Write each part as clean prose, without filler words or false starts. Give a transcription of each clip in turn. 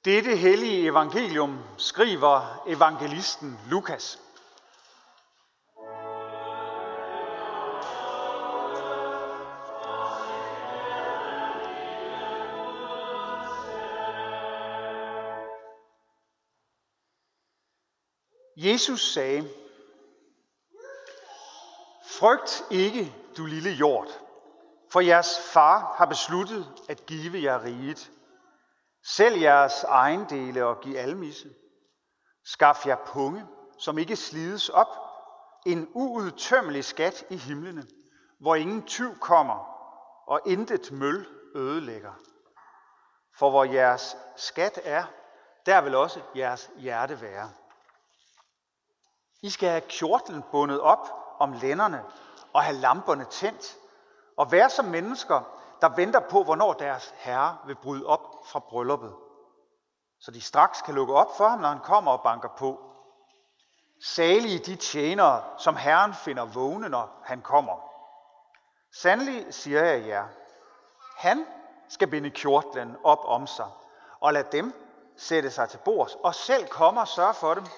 Dette hellige evangelium skriver evangelisten Lukas. Jesus sagde: Frygt ikke, du lille hjort, for jeres far har besluttet at give jer riget. Sælg jeres ejendele og giv almisse. Skaf jer punge, som ikke slides op, en uudtømmelig skat i himlene, hvor ingen tyv kommer og intet møl ødelægger. For hvor jeres skat er, der vil også jeres hjerte være. I skal have kjortlen bundet op om lænderne og have lamperne tændt, og være som mennesker, der venter på, hvornår deres herre vil bryde op fra brylluppet, så de straks kan lukke op for ham, når han kommer og banker på. Salige de tjenere, som Herren finder vågne, når han kommer. Sandelig siger jeg jer, han skal binde kjortlen op om sig, og lade dem sætte sig til bords, og selv komme og sørge for dem.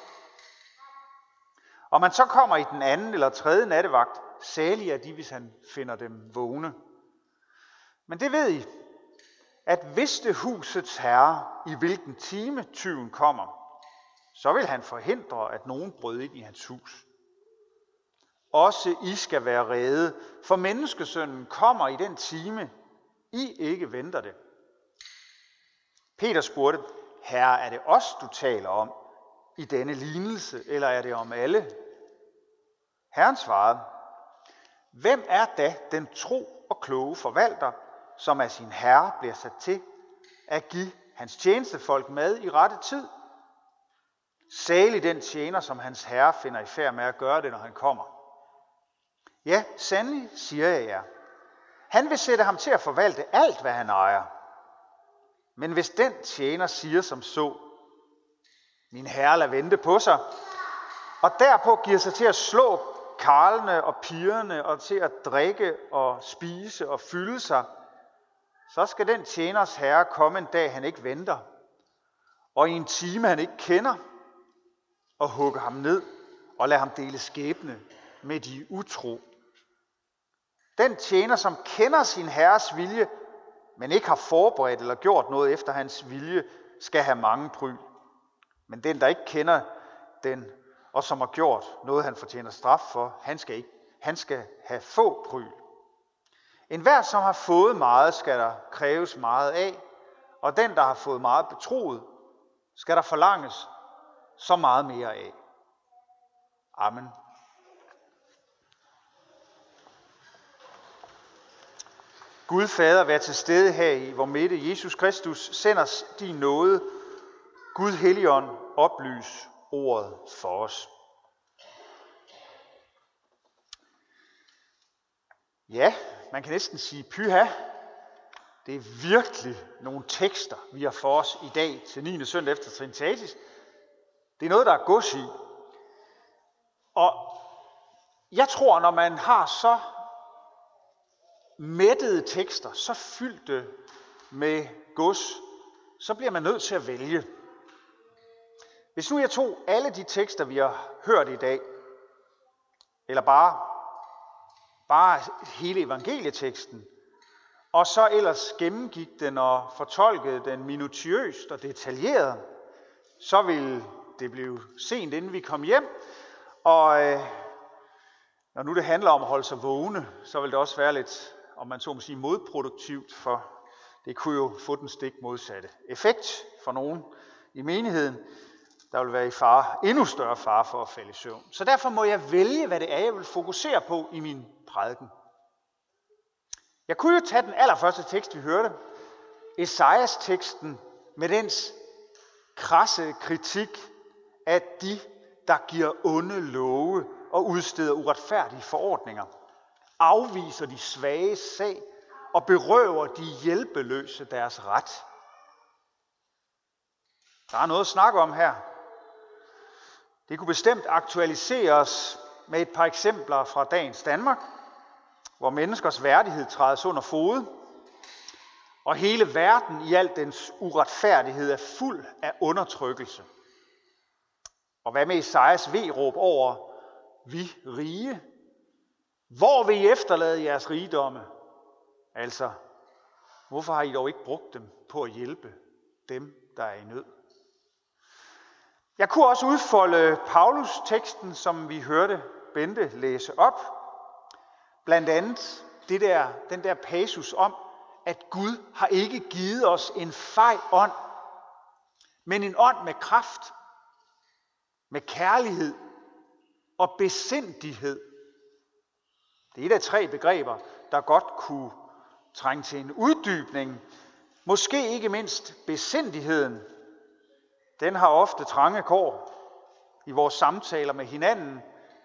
Og man så kommer i den anden eller tredje nattevagt, salige er de, hvis han finder dem vågne. Men det ved I, at vidste husets herre, i hvilken time tyven kommer, så vil han forhindre, at nogen brød ind i hans hus. Også I skal være rede, for menneskesønnen kommer i den time, I ikke venter det. Peter spurgte: Herre, er det os, du taler om i denne lignelse, eller er det om alle? Herren svarede: Hvem er da den tro og kloge forvalter, som af sin herre bliver sat til at give hans tjenestefolk mad i rette tid? Salig den tjener, som hans herre finder i færd med at gøre det, når han kommer. Ja, sandelig siger jeg jer. Han vil sætte ham til at forvalte alt, hvad han ejer. Men hvis den tjener siger som så: Min herre lader vente på sig, og derpå giver sig til at slå karlene og pigerne og til at drikke og spise og fylde sig, så skal den tjeners herre komme en dag, han ikke venter, og i en time, han ikke kender, og hugge ham ned og lade ham dele skæbne med de utro. Den tjener, som kender sin herres vilje, men ikke har forberedt eller gjort noget efter hans vilje, skal have mange pryl. Men den, der ikke kender den, og som har gjort noget, han fortjener straf for, han skal have få pryl. Enhver, som har fået meget, skal der kræves meget af, og den, der har fået meget betroet, skal der forlanges så meget mere af. Amen. Gud Fader, vær til stede her i vor midte. Jesus Kristus, send os din nåde. Gud Helligånd, oplys ordet for os. Ja, man kan næsten sige pyha. Det er virkelig nogle tekster, vi har for os i dag til 9. søndag efter Trinitatis. Det er noget, der er gods i. Og jeg tror, når man har så mættede tekster, så fyldte med gods, så bliver man nødt til at vælge. Hvis nu jeg tog alle de tekster, vi har hørt i dag, eller bare hele evangelieteksten, og så ellers gennemgik den og fortolkede den minutiøst og detaljeret, så ville det blive sent, inden vi kom hjem. Og når nu det handler om at holde sig vågne, så vil det også være lidt, om man så må sige, modproduktivt, for det kunne jo få den stik modsatte effekt for nogen i menigheden. Der vil være endnu større fare for at falde i søvn. Så derfor må jeg vælge, hvad det er, jeg vil fokusere på i min prædiken. Jeg kunne jo tage den allerførste tekst, vi hørte, Esajas teksten, med dens krasse kritik af de, der giver onde love og udsteder uretfærdige forordninger, afviser de svage sag og berøver de hjælpeløse deres ret. Der er noget at snakke om her. Det kunne bestemt aktualiseres med et par eksempler fra dagens Danmark, hvor menneskers værdighed trædes under fode, Og hele verden i al dens uretfærdighed er fuld af undertrykkelse. Og hvad med Esajas V-råb over, vi rige? Hvor vil I efterlade jeres rigdomme? Altså, hvorfor har I dog ikke brugt dem på at hjælpe dem, der er i nød? Jeg kunne også udfolde Paulus-teksten, som vi hørte Bente læse op. Blandt andet den der passus om, at Gud har ikke givet os en fej ånd, men en ånd med kraft, med kærlighed og besindighed. Det er et af 3 begreber, der godt kunne trænge til en uddybning. Måske ikke mindst besindigheden. Den har ofte trange kår i vores samtaler med hinanden.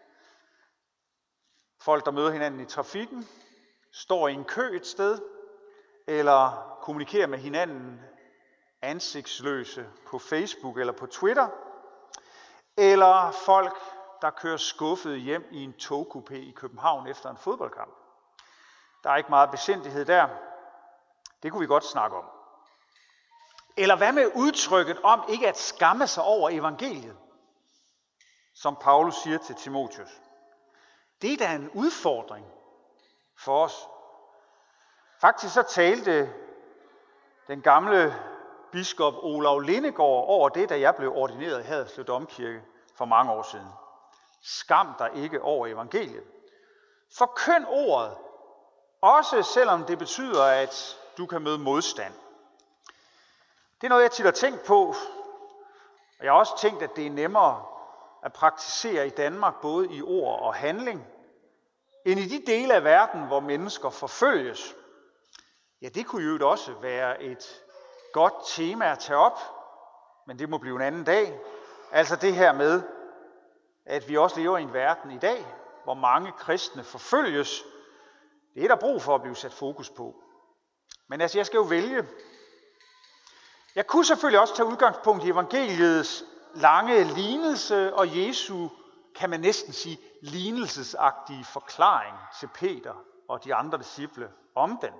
Folk, der møder hinanden i trafikken, står i en kø et sted, eller kommunikerer med hinanden ansigtsløse på Facebook eller på Twitter, eller folk, der kører skuffede hjem i en togkupé i København efter en fodboldkamp. Der er ikke meget besindighed der. Det kunne vi godt snakke om. Eller hvad med udtrykket om ikke at skamme sig over evangeliet, som Paulus siger til Timotheus? Det er da en udfordring for os. Faktisk så talte den gamle biskop Olav Lindegård over det, da jeg blev ordineret i Haderslev Domkirke for mange år siden. Skam dig ikke over evangeliet. Forkynd ordet, også selvom det betyder, at du kan møde modstand. Det er noget, jeg tit har tænkt på, og jeg har også tænkt, at det er nemmere at praktisere i Danmark, både i ord og handling, end i de dele af verden, hvor mennesker forfølges. Ja, det kunne jo også være et godt tema at tage op, men det må blive en anden dag. Altså det her med, at vi også lever i en verden i dag, hvor mange kristne forfølges. Det er der brug for at blive sat fokus på. Men altså, jeg skal jo vælge. Jeg kunne selvfølgelig også tage udgangspunkt i evangeliets lange lignelse og Jesu, kan man næsten sige, lignelsesagtige forklaring til Peter og de andre disciple om den.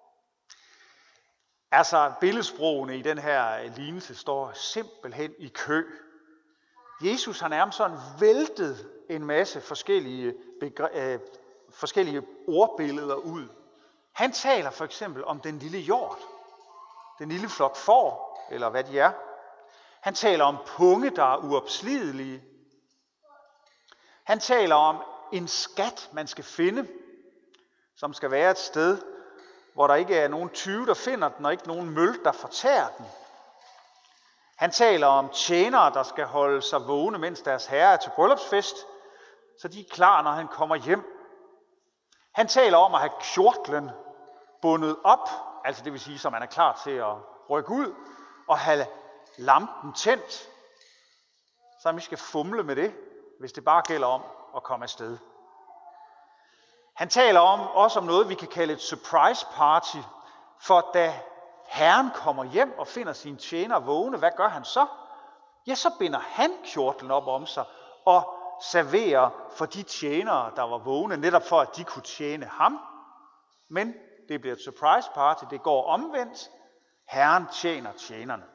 Altså, billedsprogene i den her lignelse står simpelthen i kø. Jesus har nærmest sådan væltet en masse forskellige ordbilleder ud. Han taler for eksempel om den lille hjort, den lille flok får, eller hvad de er. Han taler om punge, der er uopslidelige. Han taler om en skat, man skal finde, som skal være et sted, hvor der ikke er nogen tyve, der finder den, og ikke nogen møl, der fortærer den. Han taler om tjenere, der skal holde sig vågne, mens deres herre er til bryllupsfest, så de er klar, når han kommer hjem. Han taler om at have kjortlen bundet op, altså det vil sige, så man er klar til at rykke ud, og have lampen tændt, så vi skal fumle med det, hvis det bare gælder om at komme afsted. Han taler også om noget, vi kan kalde et surprise party, for da Herren kommer hjem og finder sine tjenere vågne, hvad gør han så? Ja, så binder han kjortlen op om sig og serverer for de tjenere, der var vågne, netop for at de kunne tjene ham. Men det bliver et surprise party, det går omvendt. Herren tjener tjenerne.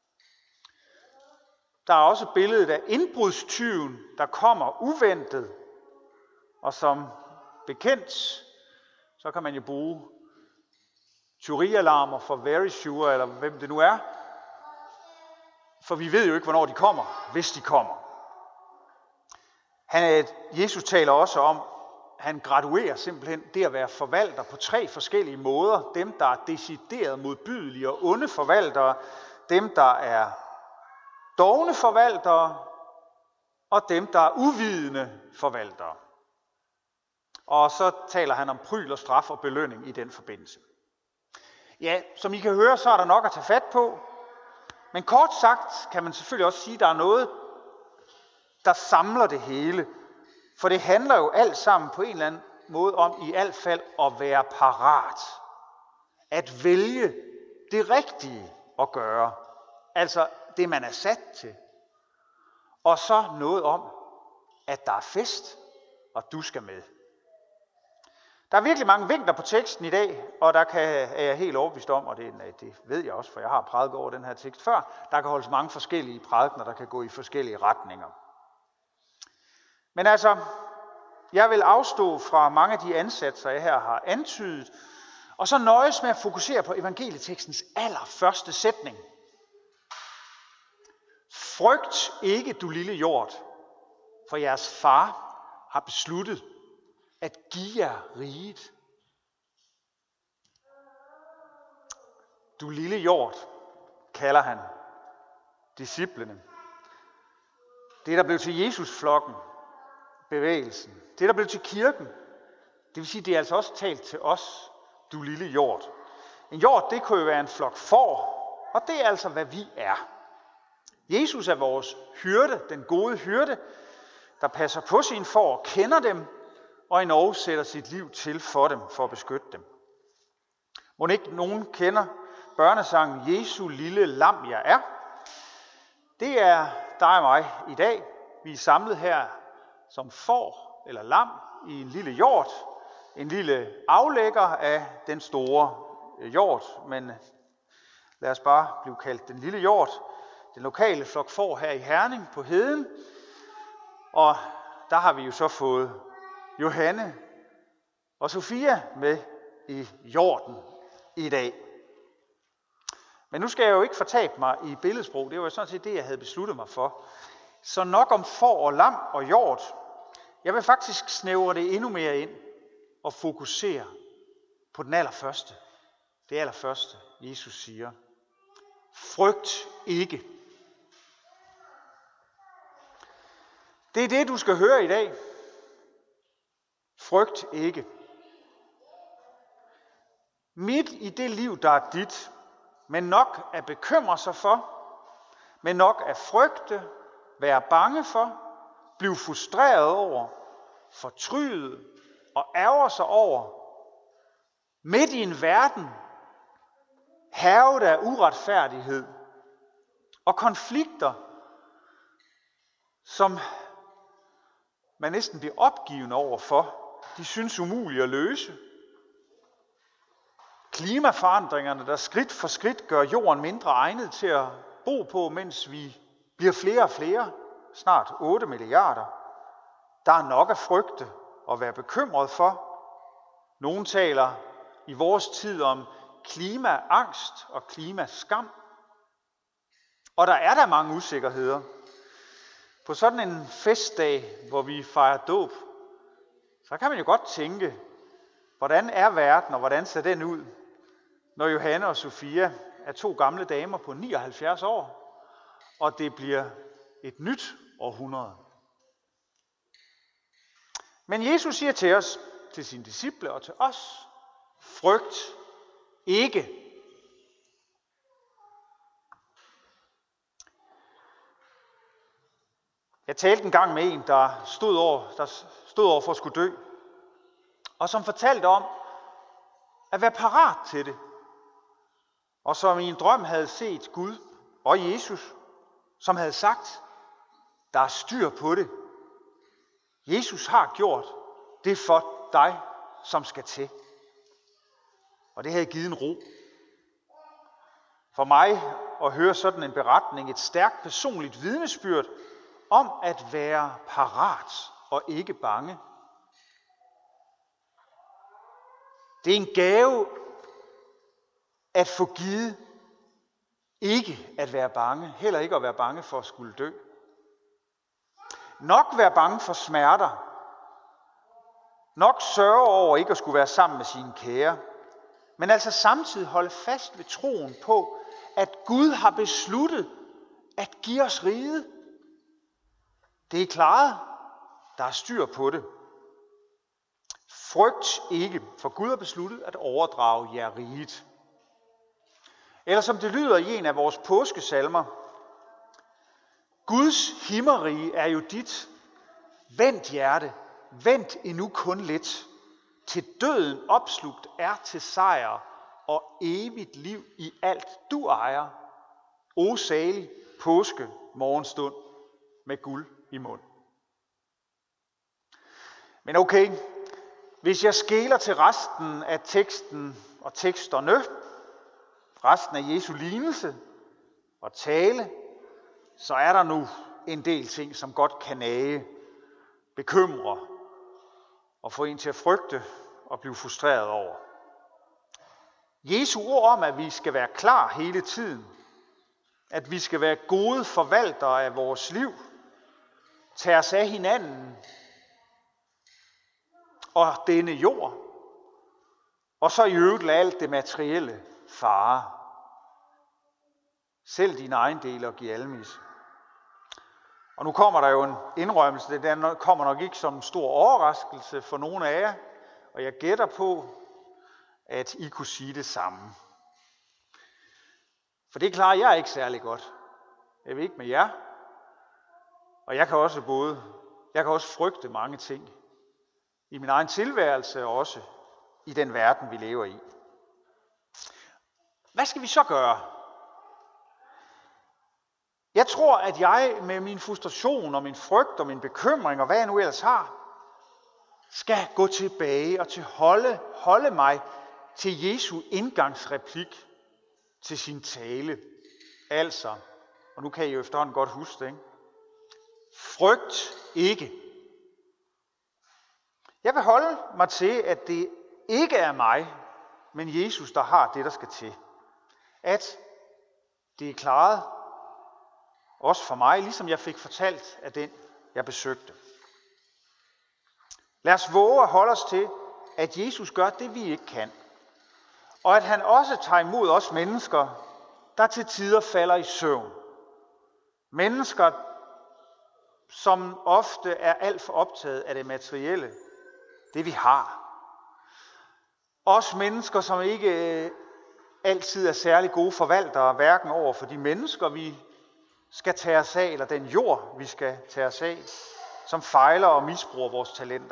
Der er også billedet af indbrudstyven, der kommer uventet, og som bekendt, så kan man jo bruge tyverialarmer for Very Sure, eller hvem det nu er. For vi ved jo ikke, hvornår de kommer, hvis de kommer. Jesus taler også om, han graduerer simpelthen det at være forvalter på 3 forskellige måder. Dem, der er decideret modbydelige og onde forvaltere, dem, der er dovne forvaltere, og dem, der er uvidende forvaltere. Og så taler han om pryl og straf og belønning i den forbindelse. Ja, som I kan høre, så er der nok at tage fat på. Men kort sagt kan man selvfølgelig også sige, at der er noget, der samler det hele. For det handler jo alt sammen på en eller anden måde om i alt fald at være parat. At vælge det rigtige at gøre. Altså det, man er sat til. Og så noget om, at der er fest, og du skal med. Der er virkelig mange vinkler på teksten i dag, og er jeg helt overbevist om, og det ved jeg også, for jeg har prædiket over den her tekst før, der kan holdes mange forskellige prædikener, der kan gå i forskellige retninger. Men altså, jeg vil afstå fra mange af de ansatser, jeg her har antydet, og så nøjes med at fokusere på evangelietekstens allerførste sætning. Frygt ikke, du lille hjort, for jeres far har besluttet at give jer riget. Du lille hjort, kalder han disciplene. Det, der blev til Jesus-flokken, bevægelsen. Det, der blev til kirken, det vil sige, det er altså også talt til os, du lille hjort. En hjort, det kunne jo være en flok får, og det er altså, hvad vi er. Jesus er vores hyrde, den gode hyrde, der passer på sine får, kender dem, og endnu sætter sit liv til for dem, for at beskytte dem. Må ikke nogen kender børnesangen Jesu lille lam jeg er? Det er dig og mig i dag. Vi er samlet her som får eller lam i en lille hjort, en lille aflægger af den store hjort, men lad os bare blive kaldt den lille hjort, den lokale flok får her i Herning på heden, og der har vi jo så fået Johanne og Sofia med i hjorten i dag. Men nu skal jeg jo ikke fortabe mig i billedsprog, det var sådan set det, jeg havde besluttet mig for. Så nok om får og lam og hjort. Jeg vil faktisk snævre det endnu mere ind og fokusere på den allerførste. Det allerførste, Jesus siger. Frygt ikke. Det er det, du skal høre i dag. Frygt ikke. Midt i det liv, der er dit, men nok at bekymre sig for, men nok at frygte, være bange for, blive frustreret over, fortryde og ærger sig over, midt i en verden, hærget af uretfærdighed og konflikter, som man næsten bliver opgivende over for. De synes umuligt at løse. Klimaforandringerne, der skridt for skridt gør jorden mindre egnet til at bo på, mens vi bliver flere og flere, snart 8 milliarder. Der er nok at frygte og være bekymret for. Nogle taler i vores tid om klimaangst og klimaskam. Og der er der mange usikkerheder. På sådan en festdag, hvor vi fejrer dåb, så kan man jo godt tænke, hvordan er verden, og hvordan ser den ud, når Johanne og Sofia er 2 gamle damer på 79 år, og det bliver et nyt århundrede. Men Jesus siger til os, til sine disciple og til os, frygt ikke. Jeg talte en gang med en, der stod over for at skulle dø, og som fortalte om at være parat til det, og som i en drøm havde set Gud og Jesus, som havde sagt, der er styr på det. Jesus har gjort det for dig, som skal til. Og det havde givet en ro. For mig at høre sådan en beretning, et stærkt personligt vidnesbyrd om at være parat og ikke bange. Det er en gave at få givet ikke at være bange, heller ikke at være bange for at skulle dø. Nok være bange for smerter. Nok sørge over ikke at skulle være sammen med sine kære. Men altså samtidig holde fast ved troen på, at Gud har besluttet at give os riget. Det er klaret. Der er styr på det. Frygt ikke, for Gud har besluttet at overdrage jer riget. Eller som det lyder i en af vores påskesalmer, Guds himmerige er jo dit. Vent hjerte, vent endnu kun lidt, til døden opslugt er til sejr og evigt liv i alt du ejer. O salig påske morgenstund med guld i mund. Men okay, Hvis jeg skeler til resten af teksten og teksterne, resten af Jesu lignelse og tale, så er der nu en del ting, som godt kan nage, bekymre og få en til at frygte og blive frustreret over. Jesu ord om, at vi skal være klar hele tiden, at vi skal være gode forvaltere af vores liv, tage os af hinanden og denne jord, og så i øvrigt lade alt det materielle fare. Selv dine ejendele og give almis. Og nu kommer der jo en indrømmelse, det kommer nok ikke som en stor overraskelse for nogen af jer, og jeg gætter på, at I kunne sige det samme. For det klarer jeg ikke særlig godt. Jeg ved ikke med jer. Og jeg kan også frygte mange ting. I min egen tilværelse og også i den verden, vi lever i. Hvad skal vi så gøre? Jeg tror, at jeg med min frustration og min frygt og min bekymring og hvad jeg nu ellers har, skal gå tilbage og holde mig til Jesu indgangsreplik til sin tale. Altså, og nu kan I jo efterhånden godt huske det, ikke? Frygt ikke. Jeg vil holde mig til, at det ikke er mig, men Jesus, der har det, der skal til. At det er klaret, også for mig, ligesom jeg fik fortalt af den, jeg besøgte. Lad os våge at holde os til, at Jesus gør det, vi ikke kan. Og at han også tager imod os mennesker, der til tider falder i søvn. Mennesker, som ofte er alt for optaget af det materielle, det vi har. Os mennesker, som ikke altid er særlig gode forvaltere, hverken over for de mennesker, vi skal tage os af, eller den jord, vi skal tage os af, som fejler og misbruger vores talenter.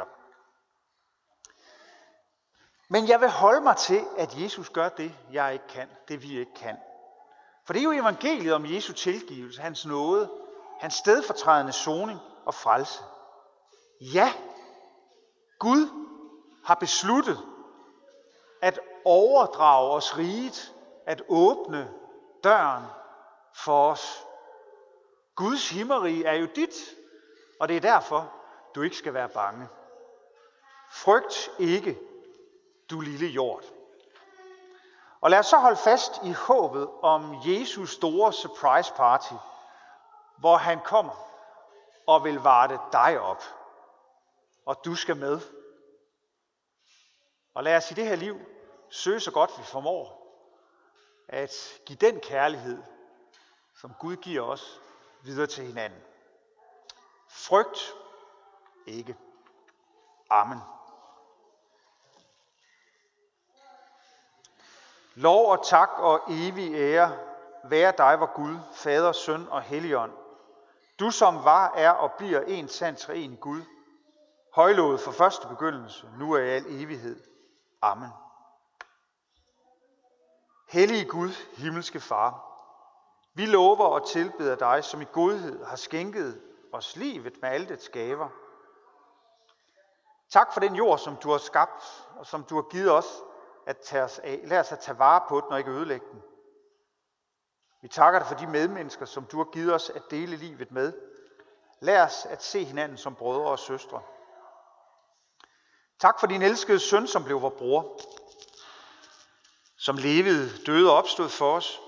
Men jeg vil holde mig til, at Jesus gør det, jeg ikke kan, det vi ikke kan. For det er jo evangeliet om Jesu tilgivelse, hans nåde, hans stedfortrædende soning og frelse. Ja, Gud har besluttet at overdrage os riget, at åbne døren for os. Guds himmerige er jo dit, og det er derfor, du ikke skal være bange. Frygt ikke, du lille hjort. Og lad os så holde fast i håbet om Jesus store surprise party, hvor han kommer og vil varte dig op, og du skal med. Og lad os i det her liv søge så godt vi formår at give den kærlighed, som Gud giver os, videre til hinanden. Frygt ikke. Amen. Lov og tak og evig ære være dig, vor Gud, Fader, Søn og Helligånd. Du som var, er og bliver en sand treen Gud, højlovet fra første begyndelse, nu er i al evighed. Amen. Hellige Gud, himmelske Far, vi lover og tilbeder dig, som i godhed har skænket os livet med alle dets gaver. Tak for den jord, som du har skabt, og som du har givet os at tage os af. Lad os at tage vare på den og ikke ødelægge den. Vi takker dig for de medmennesker, som du har givet os at dele livet med. Lad os at se hinanden som brødre og søstre. Tak for din elskede søn, som blev vor bror, som levede, døde og opstod for os.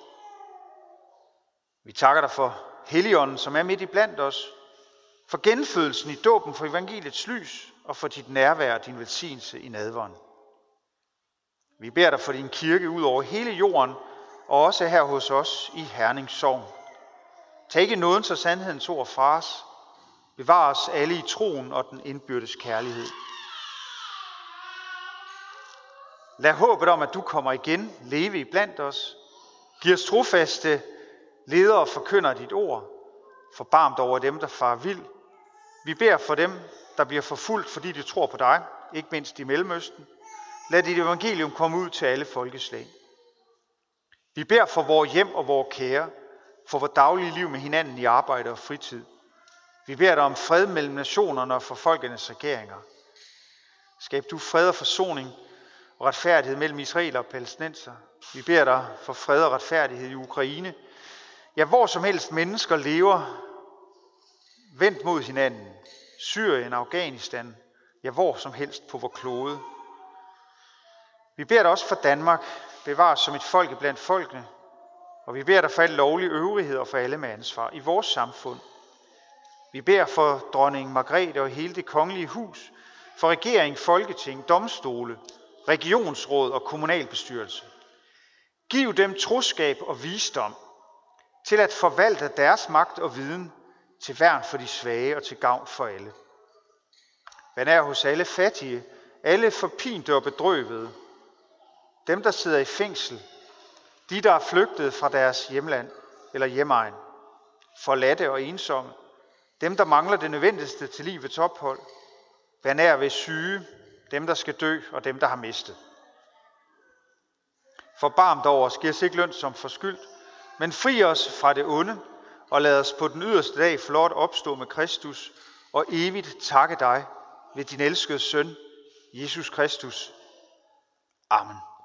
Vi takker dig for Helligånden, som er midt i blandt os, for genfødelsen i dåben, for evangeliets lys og for dit nærvær og din velsignelse i nadveren. Vi beder dig for din kirke ud over hele jorden, og også her hos os i Herning Sogn. Tag ikke nådens og sandhedens ord fra os. Bevar os alle i troen og den indbyrdes kærlighed. Lad håbet om, at du kommer igen, leve i blandt os. Giv os trofaste ledere og forkynder dit ord. Forbarm over dem, der farer vild. Vi beder for dem, der bliver forfulgt, fordi de tror på dig, ikke mindst i Mellemøsten. Lad dit evangelium komme ud til alle folkeslag. Vi beder for vores hjem og vores kære, for vores daglige liv med hinanden i arbejde og fritid. Vi beder dig om fred mellem nationerne og for folkenes regeringer. Skab du fred og forsoning og retfærdighed mellem israeler og palæstinenser. Vi beder dig for fred og retfærdighed i Ukraine. Ja, hvor som helst mennesker lever vendt mod hinanden. Syrien, Afghanistan, ja, hvor som helst på vor klode. Vi beder dig også for Danmark. Bevar os som et folk blandt folkene. Og vi beder dig for alle lovlige øvrigheder og for alle med ansvar i vores samfund. Vi beder for dronning Margrethe og hele det kongelige hus, for regering, folketing, domstole, regionsråd og kommunalbestyrelse. Giv dem troskab og visdom til at forvalte deres magt og viden til værn for de svage og til gavn for alle. Vær nær hos alle fattige, alle forpinte og bedrøvede, dem der sidder i fængsel, de der er flygtet fra deres hjemland eller hjemegn, forladte og ensomme, dem der mangler det nødvendigste til livets ophold. Vær nær ved syge, dem der skal dø og dem der har mistet. Forbarm dig over os, giv os ikke løn som forskyldt, men fri os fra det onde, og lad os på den yderste dag få lov at opstå med Kristus, og evigt takke dig ved din elskede søn, Jesus Kristus. Amen.